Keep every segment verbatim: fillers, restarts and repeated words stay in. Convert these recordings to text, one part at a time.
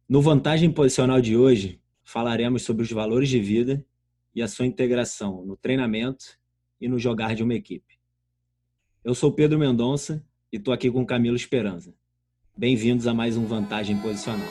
No Vantagem Posicional de hoje, falaremos sobre os valores de vida e a sua integração no treinamento e no jogar de uma equipe. Eu sou Pedro Mendonça e estou aqui com Camilo Esperança. Bem-vindos a mais um Vantagem Posicional.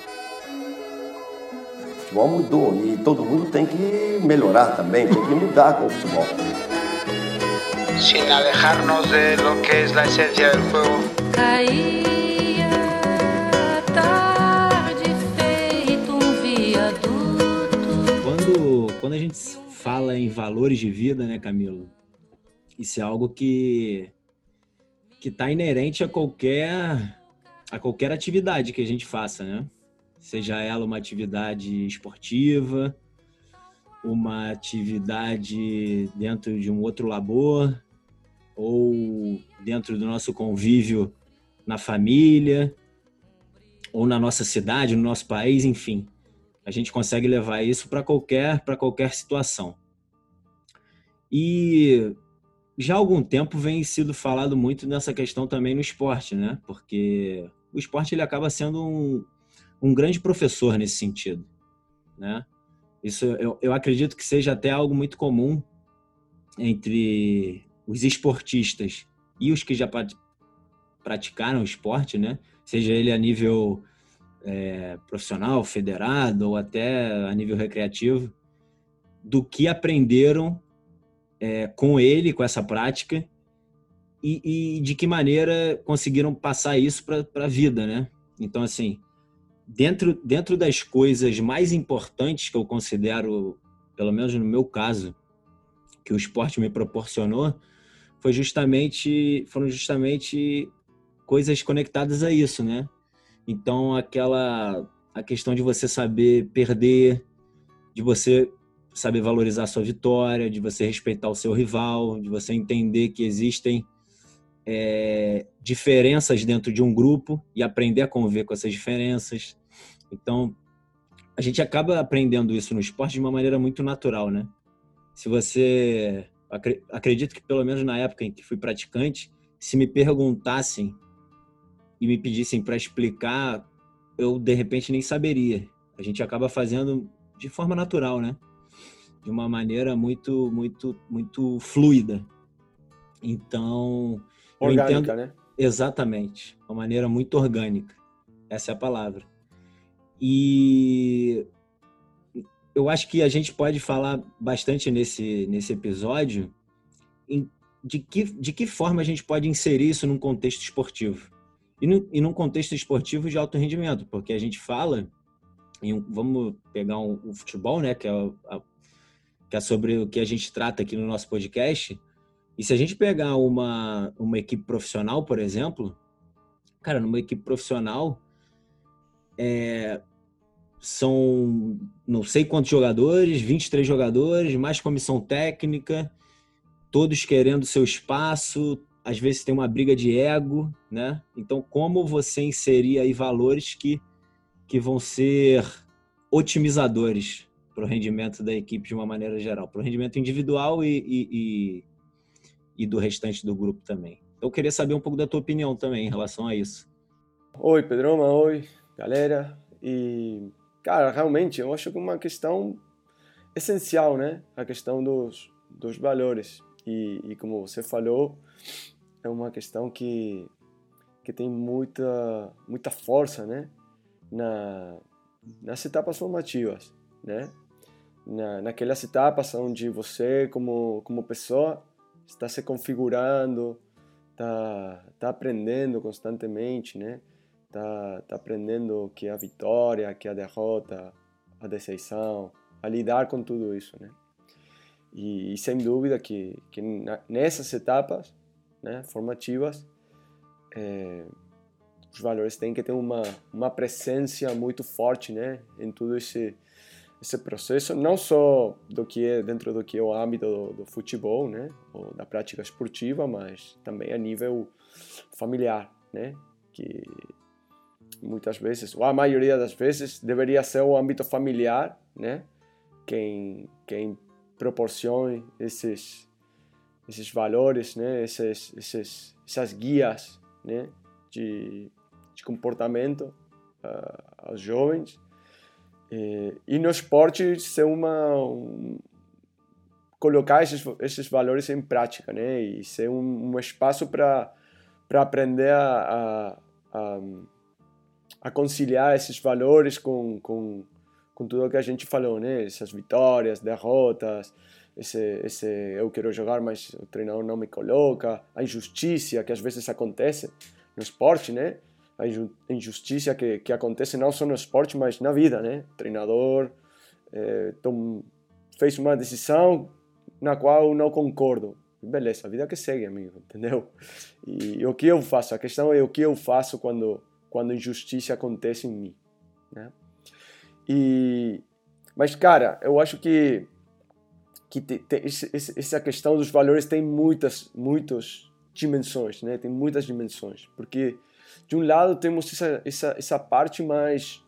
O futebol mudou e todo mundo tem que melhorar também, tem que mudar com o futebol. Sin alejarnos de lo que es la esencia del juego. Caía a tarde feito um viaduto. Quando, quando a gente fala em valores de vida, né, Camilo? Isso é algo que que está inerente a qualquer a qualquer atividade que a gente faça, né? Seja ela uma atividade esportiva, uma atividade dentro de um outro labor, ou dentro do nosso convívio na família, ou na nossa cidade, no nosso país, enfim. A gente consegue levar isso para qualquer, para qualquer situação. E já há algum tempo vem sido falado muito nessa questão também no esporte, né? Porque o esporte ele acaba sendo um, um grande professor nesse sentido, né? Isso eu, eu acredito que seja até algo muito comum entre os esportistas e os que já praticaram esporte, né? Seja ele a nível é, profissional, federado ou até a nível recreativo, do que aprenderam é, com ele, com essa prática e, e de que maneira conseguiram passar isso para a vida, né? Então, assim, dentro, dentro das coisas mais importantes que eu considero, pelo menos no meu caso, que o esporte me proporcionou, foi justamente, foram justamente coisas conectadas a isso, né? Então, aquela a questão de você saber perder, de você saber valorizar a sua vitória, de você respeitar o seu rival, de você entender que existem é, diferenças dentro de um grupo e aprender a conviver com essas diferenças. Então, a gente acaba aprendendo isso no esporte de uma maneira muito natural, né? Se você... Acredito que pelo menos na época em que fui praticante, se me perguntassem e me pedissem para explicar, eu de repente nem saberia. A gente acaba fazendo de forma natural, né? De uma maneira muito, muito, muito fluida. Então, eu Orgânica, entendo né? exatamente, uma maneira muito orgânica. Essa é a palavra. E eu acho que a gente pode falar bastante nesse, nesse episódio em, de, que, de que forma a gente pode inserir isso num contexto esportivo. E, no, e num contexto esportivo de alto rendimento, porque a gente fala, em um, vamos pegar um, um futebol, né, que é, a, que é sobre o que a gente trata aqui no nosso podcast, e se a gente pegar uma, uma equipe profissional, por exemplo, cara, numa equipe profissional, é, são não sei quantos jogadores, vinte e três jogadores, mais comissão técnica, todos querendo seu espaço, às vezes tem uma briga de ego, né? Então, como você inserir aí valores que, que vão ser otimizadores para o rendimento da equipe de uma maneira geral, para o rendimento individual e, e, e, e do restante do grupo também. Então, eu queria saber um pouco da tua opinião também em relação a isso. Oi, Pedroma, oi, galera. E, cara, realmente, eu acho que é uma questão essencial, né? A questão dos, dos valores. E, e como você falou, é uma questão que, que tem muita, muita força, né? Na, nas etapas formativas, né? Na, naquelas etapas onde você, como, como pessoa, está se configurando, está, está aprendendo constantemente, né? Está, está aprendendo o que é a vitória, o que é a derrota, a decisão, a lidar com tudo isso, né? E, e sem dúvida que, que nessas etapas, né, formativas, é, os valores têm que ter uma, uma presença muito forte, né, em todo esse, esse processo, não só do que é dentro do que é o âmbito do, do futebol, né, ou da prática esportiva, mas também a nível familiar, né, que muitas vezes, ou a maioria das vezes, deveria ser o âmbito familiar, né, quem, quem proporcione esses, esses valores, né, esses, esses, essas guias, né, de, de comportamento uh, aos jovens. É, e no esporte ser uma um, colocar esses esses valores em prática, né? E ser um, um espaço para para aprender a, a, a a conciliar esses valores com com com tudo o que a gente falou, né? Essas vitórias, derrotas, esse esse eu quero jogar, mas o treinador não me coloca, a injustiça que às vezes acontece no esporte, né? A injustiça que, que acontece não só no esporte, mas na vida, né? O treinador é, tom, fez uma decisão na qual eu não concordo. Beleza, a vida que segue, amigo, entendeu? E, e o que eu faço? A questão é o que eu faço quando, quando injustiça acontece em mim, né? E, mas, cara, eu acho que, que te, te, esse, essa questão dos valores tem muitas, muitas dimensões, né? Tem muitas dimensões, porque de um lado temos essa, essa, essa parte mais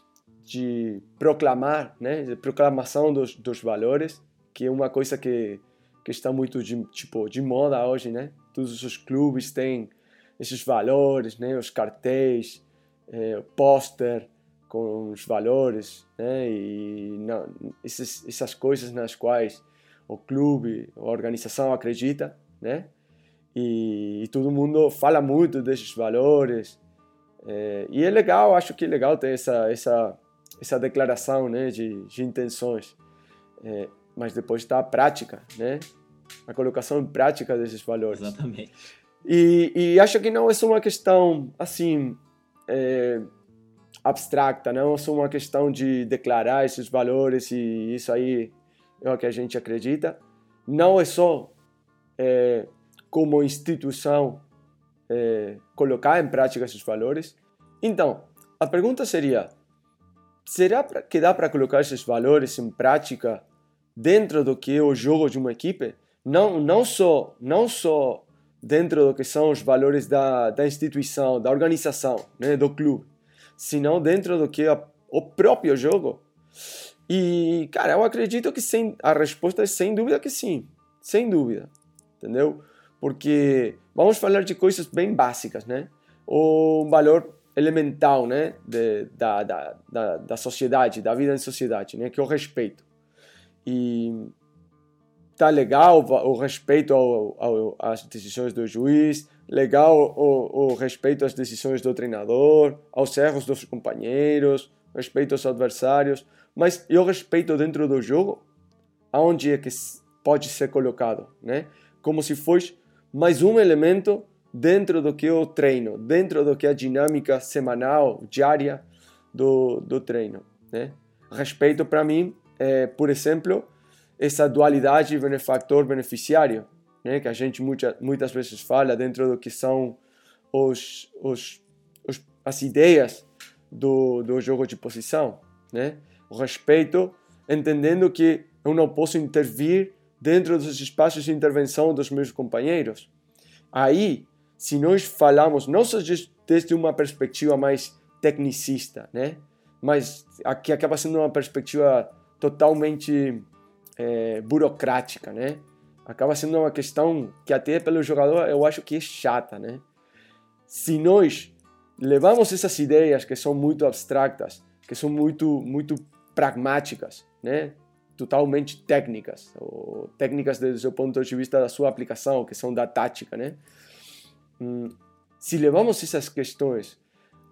de proclamar, né? De proclamação dos, dos valores, que é uma coisa que, que está muito de, tipo, de moda hoje, né? Todos os clubes têm esses valores, né? Os cartéis, é, pôster com os valores, né? E não, esses, essas coisas nas quais o clube, a organização acredita, né? E, e todo mundo fala muito desses valores, é, e é legal, acho que é legal ter essa essa essa declaração, né, de, de intenções, é, mas depois está a prática, né, a colocação em prática desses valores. Exatamente. E, e acho que não é só uma questão assim é, abstrata, não é só uma questão de declarar esses valores e isso aí é o que a gente acredita. Não é só é, como instituição, é, colocar em prática esses valores. Então, a pergunta seria, será que dá para colocar esses valores em prática dentro do que é o jogo de uma equipe? Não, não, só, não só dentro do que são os valores da, da instituição, da organização, né, do clube, senão dentro do que é o próprio jogo. E, cara, eu acredito que sem, a resposta é sem dúvida que sim, sem dúvida, entendeu? Porque vamos falar de coisas bem básicas, né? O valor elemental, né? De, da, da, da, da sociedade, da vida em sociedade, né? Que é o respeito. E tá legal o, o respeito ao, ao, às decisões do juiz, legal o, o respeito às decisões do treinador, aos erros dos companheiros, respeito aos adversários, mas e o respeito dentro do jogo? Aonde é que pode ser colocado, né? Como se fosse mais um elemento dentro do que é o treino, dentro do que é a dinâmica semanal, diária do, do treino, né? Respeito para mim é, por exemplo, essa dualidade benefactor-beneficiário, né? Que a gente muita, muitas vezes fala dentro do que são os, os, os, as ideias do, do jogo de posição, né? O respeito, entendendo que eu não posso intervir dentro dos espaços de intervenção dos meus companheiros. Aí, se nós falamos, não só desde uma perspectiva mais tecnicista, né? Mas aqui acaba sendo uma perspectiva totalmente é, burocrática, né? Acaba sendo uma questão que até pelo jogador eu acho que é chata, né? Se nós levamos essas ideias que são muito abstratas, que são muito, muito pragmáticas, né? Totalmente técnicas, ou técnicas desde o ponto de vista da sua aplicação, que são da tática, né? Hum, se levamos essas questões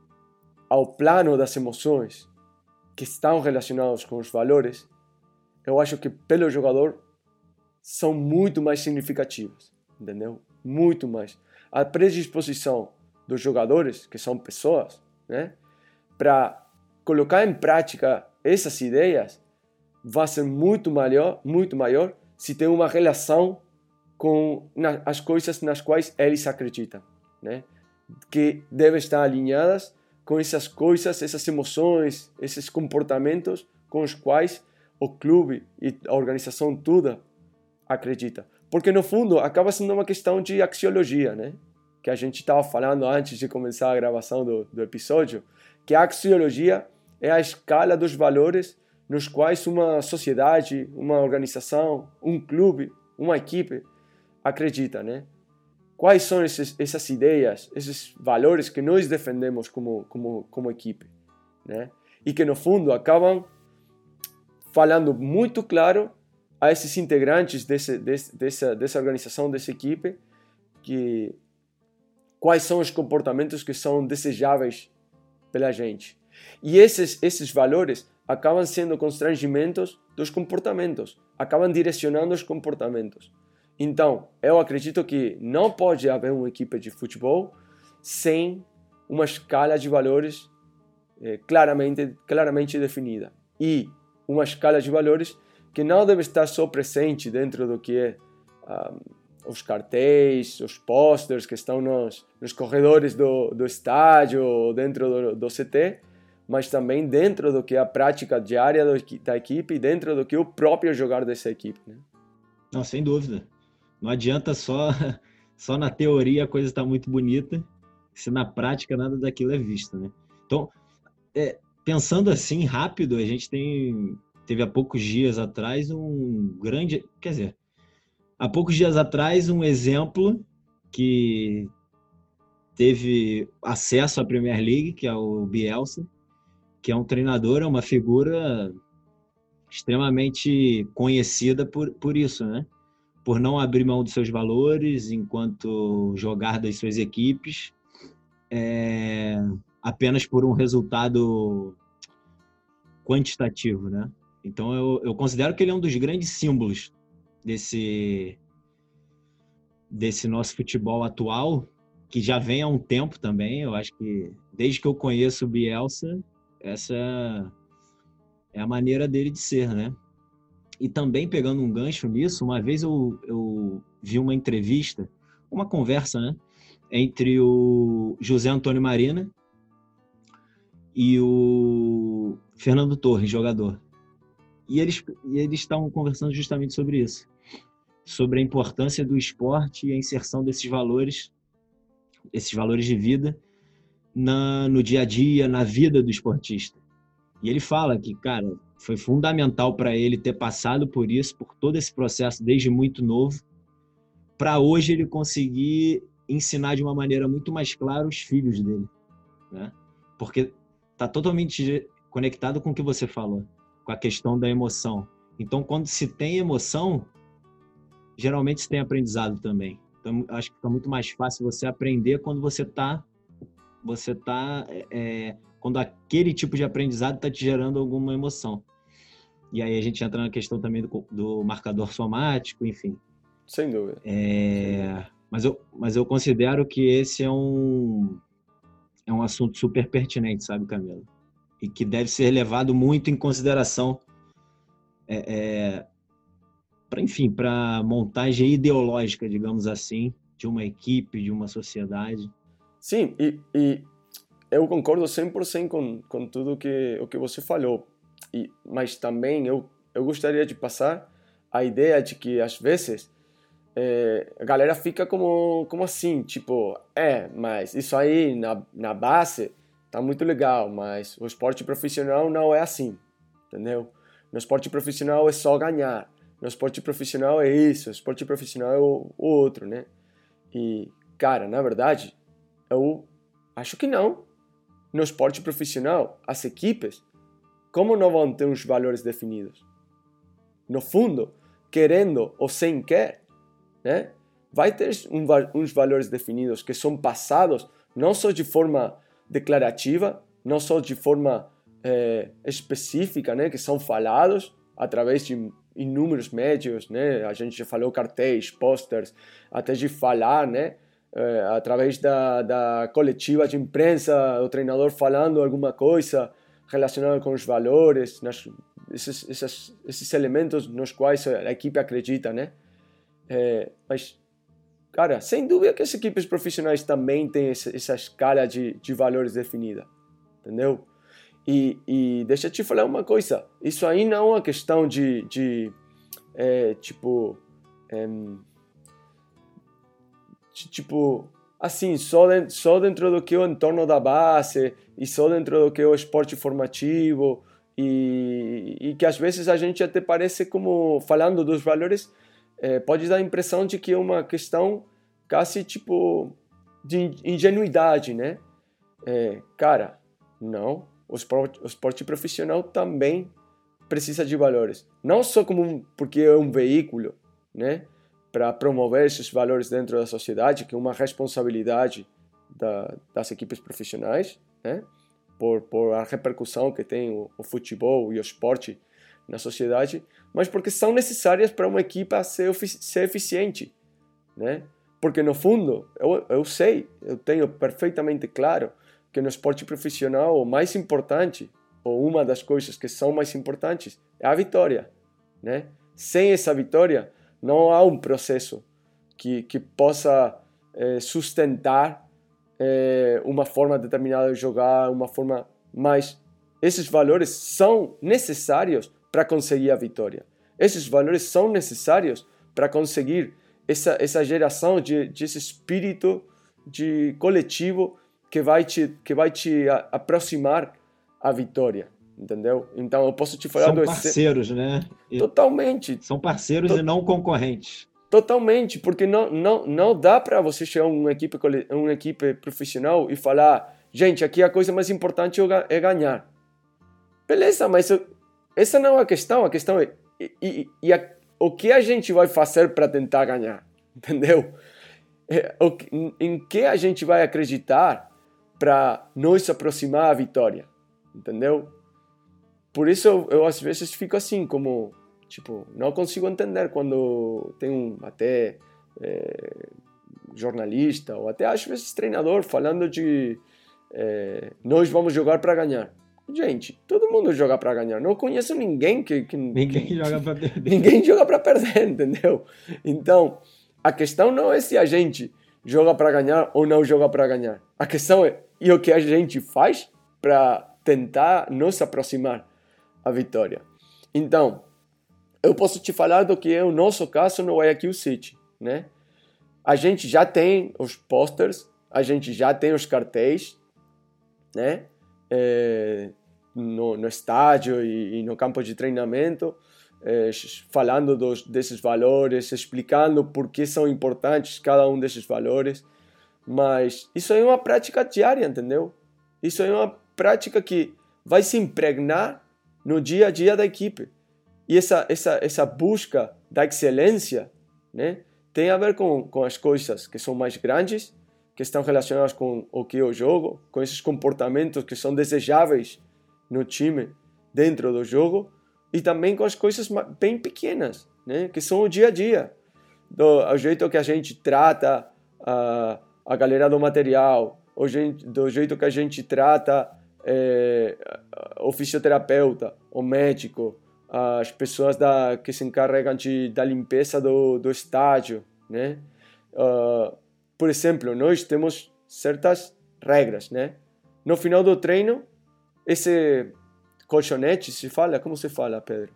ao plano das emoções que estão relacionadas com os valores, eu acho que pelo jogador são muito mais significativos, entendeu? Muito mais. A predisposição dos jogadores, que são pessoas, né? Para colocar em prática essas ideias vai ser muito maior, muito maior se tem uma relação com na, as coisas nas quais eles acreditam, né? Que devem estar alinhadas com essas coisas, essas emoções, esses comportamentos com os quais o clube e a organização toda acredita. Porque no fundo acaba sendo uma questão de axiologia, né? Que a gente estava falando antes de começar a gravação do, do episódio, que a axiologia é a escala dos valores nos quais uma sociedade, uma organização, um clube, uma equipe acredita, né? Quais são esses, essas ideias, esses valores que nós defendemos como, como, como equipe, né? E que no fundo acabam falando muito claro a esses integrantes desse, desse, dessa, dessa organização, dessa equipe, que quais são os comportamentos que são desejáveis pela gente. E esses, esses valores acabam sendo constrangimentos dos comportamentos, acabam direcionando os comportamentos. Então, eu acredito que não pode haver uma equipe de futebol sem uma escala de valores eh, claramente, claramente definida. E uma escala de valores que não deve estar só presente dentro do que é um, os cartéis, os posters que estão nos, nos corredores do, do estádio ou dentro do, do C T, mas também dentro do que é a prática diária do, da equipe e dentro do que é o próprio jogar dessa equipe, né? Não, sem dúvida. Não adianta só, só na teoria a coisa está muito bonita, se na prática nada daquilo é visto, né? Então, é, pensando assim, rápido, a gente tem, teve há poucos dias atrás um grande... Quer dizer, há poucos dias atrás um exemplo que teve acesso à Premier League, que é o Bielsa, que é um treinador, é uma figura extremamente conhecida por, por isso, né? Por não abrir mão dos seus valores enquanto jogar das suas equipes, é, apenas por um resultado quantitativo, né? Então eu, eu considero que ele é um dos grandes símbolos desse, desse nosso futebol atual, que já vem há um tempo também. Eu acho que desde que eu conheço o Bielsa, essa é a maneira dele de ser, né? E também pegando um gancho nisso, uma vez eu, eu vi uma entrevista, uma conversa, né, entre o José Antônio Marina e o Fernando Torres, jogador. E eles, e eles estavam conversando justamente sobre isso, sobre a importância do esporte e a inserção desses valores, esses valores de vida na, no dia a dia, na vida do esportista. E ele fala que, cara, foi fundamental para ele ter passado por isso, por todo esse processo desde muito novo, para hoje ele conseguir ensinar de uma maneira muito mais clara os filhos dele, né? Porque está totalmente conectado com o que você falou, com a questão da emoção. Então, quando se tem emoção, geralmente se tem aprendizado também. Então, acho que fica muito mais fácil você aprender quando você está... Você tá, é, quando aquele tipo de aprendizado está te gerando alguma emoção. E aí a gente entra na questão também do, do marcador somático, enfim. Sem dúvida. É, Sem dúvida. Mas, eu, mas eu considero que esse é um, é um assunto super pertinente, sabe, Camilo? E que deve ser levado muito em consideração é, é, para, enfim, para montagem ideológica, digamos assim, de uma equipe, de uma sociedade. Sim, e, e eu concordo cem por cento com, com tudo que, o que você falou. E, mas também eu, eu gostaria de passar a ideia de que, às vezes, é, a galera fica como, como assim, tipo, é, mas isso aí na, na base tá muito legal, mas o esporte profissional não é assim, entendeu? No esporte profissional é só ganhar, no esporte profissional é isso, o esporte profissional é o, o outro, né? E, cara, na verdade, eu acho que não. No esporte profissional, as equipes, como não vão ter uns valores definidos? No fundo, querendo ou sem querer, né? Vai ter um, uns valores definidos que são passados não só de forma declarativa, não só de forma é, específica, né? Que são falados através de inúmeros médios, né? A gente já falou cartéis, posters, até de falar, né? É, através da, da coletiva de imprensa, o treinador falando alguma coisa relacionada com os valores, nas, esses, esses, esses elementos nos quais a equipe acredita, né? É, mas, cara, sem dúvida que as equipes profissionais também têm essa, essa escala de, de valores definida, entendeu? E, e deixa eu te falar uma coisa, isso aí não é uma questão de, de é, tipo... É, tipo, assim, só, de, só dentro do que é o entorno da base e só dentro do que é o esporte formativo e, e que às vezes a gente até parece como, falando dos valores, é, pode dar a impressão de que é uma questão quase, tipo, de ingenuidade, né? É, cara, não, o esporte, o esporte profissional também precisa de valores. Não só como um, porque é um veículo, né, para promover esses valores dentro da sociedade, que é uma responsabilidade da, das equipes profissionais, né, por, por a repercussão que tem o, o futebol e o esporte na sociedade, mas porque são necessárias para uma equipa ser, ser eficiente, né? Porque no fundo, eu, eu sei, eu tenho perfeitamente claro que no esporte profissional o mais importante, ou uma das coisas que são mais importantes, é a vitória, né? Sem essa vitória, não há um processo que, que possa eh, sustentar eh, uma forma determinada de jogar, uma forma mais... Esses valores são necessários para conseguir a vitória. Esses valores são necessários para conseguir essa, essa geração de, de esse espírito de coletivo que vai te, que vai te a, aproximar à vitória, entendeu? Então eu posso te falar... São do parceiros, né? E... Totalmente. São parceiros to... e não concorrentes. Totalmente, porque não, não, não dá para você chegar a uma equipe, uma equipe profissional e falar, gente, aqui a coisa mais importante é ganhar. Beleza, mas eu, essa não é a questão. A questão é e, e, e a, o que a gente vai fazer para tentar ganhar, entendeu? É, o, em, em que a gente vai acreditar para nos aproximar à vitória, entendeu? Por isso eu, eu às vezes fico assim, como, tipo, não consigo entender quando tem um até é, jornalista ou até às vezes treinador falando de é, nós vamos jogar para ganhar. Gente, todo mundo joga para ganhar. Não conheço ninguém que... que ninguém que, joga para perder. Ninguém joga para perder, entendeu? Então, a questão não é se a gente joga para ganhar ou não joga para ganhar. A questão é e o que a gente faz para tentar nos aproximar à vitória. Então, eu posso te falar do que é o nosso caso no Guayaquil City, né? A gente já tem os posters, a gente já tem os cartéis, né? É, no, no estádio e, e no campo de treinamento, é, falando dos, desses valores, explicando por que são importantes cada um desses valores, mas isso é uma prática diária, entendeu? Isso é uma prática que vai se impregnar no dia a dia da equipe. E essa, essa, essa busca da excelência, né, tem a ver com, com as coisas que são mais grandes, que estão relacionadas com o que é o jogo, com esses comportamentos que são desejáveis no time, dentro do jogo, e também com as coisas bem pequenas, né? Que são o dia a dia, do o jeito que a gente trata a, a galera do material, o gente, do jeito que a gente trata é, o fisioterapeuta, o médico, as pessoas da, que se encarregam de, da limpeza do, do estádio, né? Uh, Por exemplo, nós temos certas regras, né? No final do treino, esse colchonete, se fala? Como se fala, Pedro?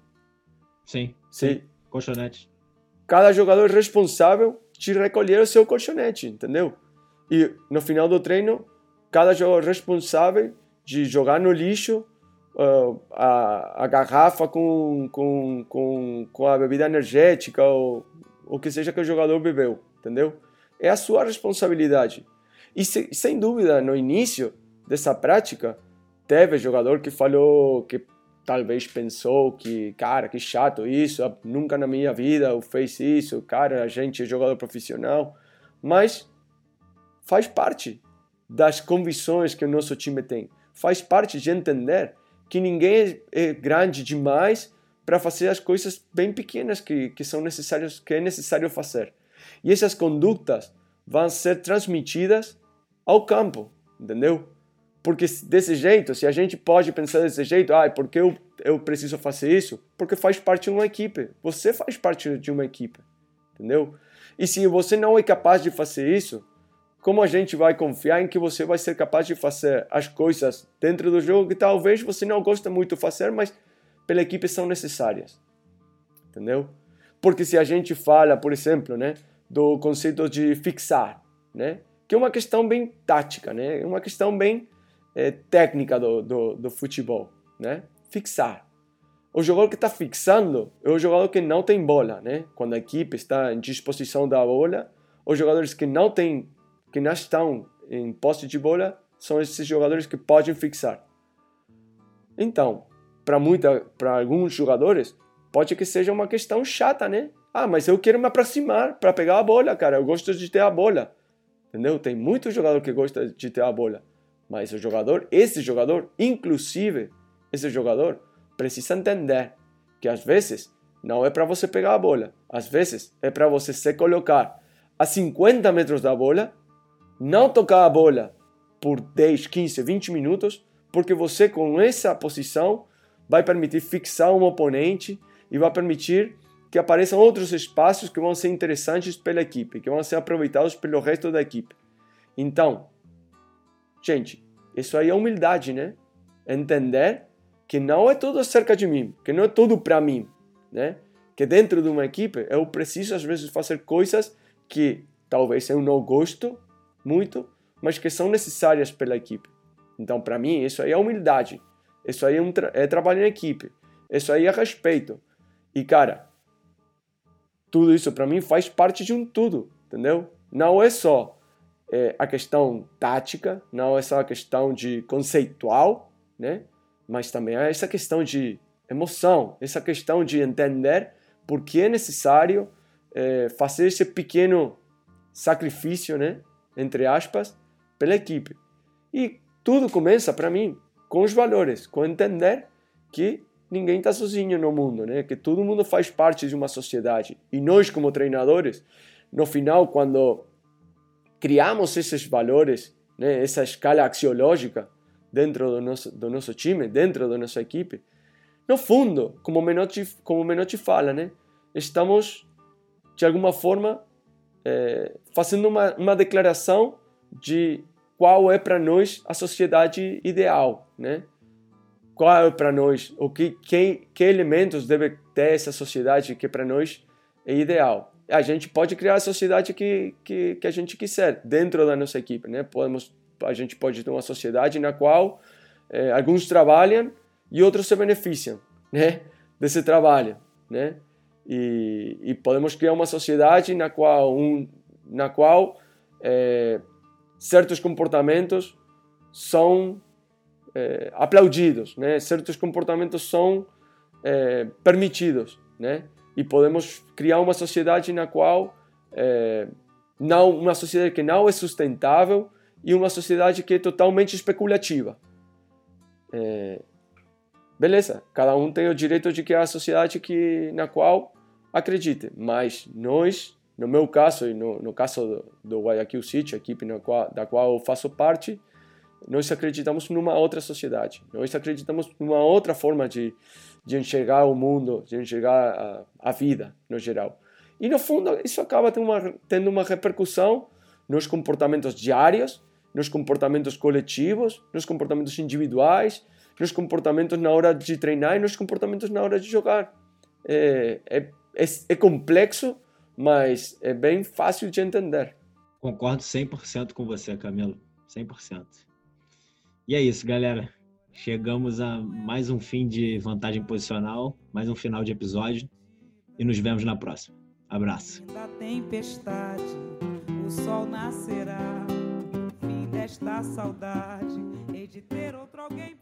Sim, sim. sim. Colchonete. Cada jogador é responsável de recolher o seu colchonete, entendeu? E no final do treino, cada jogador é responsável de jogar no lixo uh, a, a garrafa com, com, com, com a bebida energética ou o que seja que o jogador bebeu, entendeu? É a sua responsabilidade. E se, sem dúvida, no início dessa prática, teve jogador que falou, que talvez pensou que, cara, que chato isso, nunca na minha vida eu fiz isso, cara, a gente é jogador profissional. Mas faz parte das convicções que o nosso time tem. Faz parte de entender que ninguém é grande demais para fazer as coisas bem pequenas que, que são necessárias, que é necessário fazer. E essas condutas vão ser transmitidas ao campo, entendeu? Porque desse jeito, se a gente pode pensar desse jeito, ah, por que eu, eu preciso fazer isso? Porque faz parte de uma equipe. Você faz parte de uma equipe, entendeu? E se você não é capaz de fazer isso, como a gente vai confiar em que você vai ser capaz de fazer as coisas dentro do jogo que talvez você não gosta muito de fazer, mas pela equipe são necessárias, entendeu? Porque se a gente fala, por exemplo, né, do conceito de fixar, né, que é uma questão bem tática, né, é uma questão bem é, técnica do, do, do futebol, né, fixar. O jogador que está fixando é o jogador que não tem bola, né, quando a equipe está em disposição da bola, os jogadores que não têm, que não estão em posse de bola, são esses jogadores que podem fixar. Então, para muita, para alguns jogadores, pode que seja uma questão chata, né? Ah, mas eu quero me aproximar para pegar a bola, cara. Eu gosto de ter a bola. Entendeu? Tem muito jogador que gosta de ter a bola. Mas o jogador, esse jogador, inclusive, esse jogador, precisa entender que às vezes não é para você pegar a bola. Às vezes é para você se colocar a cinquenta metros da bola, não tocar a bola por dez, quinze, vinte minutos, porque você com essa posição vai permitir fixar um oponente e vai permitir que apareçam outros espaços que vão ser interessantes pela equipe, que vão ser aproveitados pelo resto da equipe. Então, gente, isso aí é humildade, né? Entender que não é tudo acerca de mim, que não é tudo para mim, né? Que dentro de uma equipe eu preciso às vezes fazer coisas que talvez eu não gosto muito, mas que são necessárias pela equipe. Então, para mim, isso aí é humildade. Isso aí é, um tra- é trabalho em equipe. Isso aí é respeito. E, cara, tudo isso para mim faz parte de um tudo, entendeu? Não é só é, a questão tática, não é só a questão de conceitual, né? Mas também é essa questão de emoção, essa questão de entender por que é necessário é, fazer esse pequeno sacrifício, né? Entre aspas, pela equipe. E tudo começa, para mim, com os valores, com entender que ninguém está sozinho no mundo, né? Que todo mundo faz parte de uma sociedade. E nós, como treinadores, no final, quando criamos esses valores, né? Essa escala axiológica dentro do nosso, do nosso time, dentro da nossa equipe, no fundo, como o Menotti, como o Menotti fala, né? Estamos, de alguma forma, é, fazendo uma, uma declaração de qual é para nós a sociedade ideal, né? Qual é para nós, o que, que, que elementos deve ter essa sociedade que para nós é ideal. A gente pode criar a sociedade que, que, que a gente quiser dentro da nossa equipe, né? Podemos, a gente pode ter uma sociedade na qual é, alguns trabalham e outros se beneficiam, né? Desse trabalho, né? E, e podemos criar uma sociedade na qual, um, na qual é, certos comportamentos são é, aplaudidos, né? Certos comportamentos são é, permitidos, né? E podemos criar uma sociedade na qual é, não, uma sociedade que não é sustentável e uma sociedade que é totalmente especulativa. É, beleza, cada um tem o direito de criar a sociedade que, na qual acredite, mas nós, no meu caso e no, no caso do, do Guayaquil City, a equipe na qual, da qual eu faço parte, nós acreditamos numa outra sociedade, nós acreditamos numa outra forma de, de enxergar o mundo, de enxergar a, a vida no geral. E no fundo isso acaba tendo uma, tendo uma repercussão nos comportamentos diários, nos comportamentos coletivos, nos comportamentos individuais, nos comportamentos na hora de treinar e nos comportamentos na hora de jogar. É, é, é, é complexo, mas é bem fácil de entender. Concordo cem por cento com você, Camilo. cem por cento. E é isso, galera. Chegamos a mais um fim de Vantagem Posicional, mais um final de episódio e nos vemos na próxima. Abraço. Da tempestade, o sol nascerá, fim desta saudade, hei de ter outro alguém.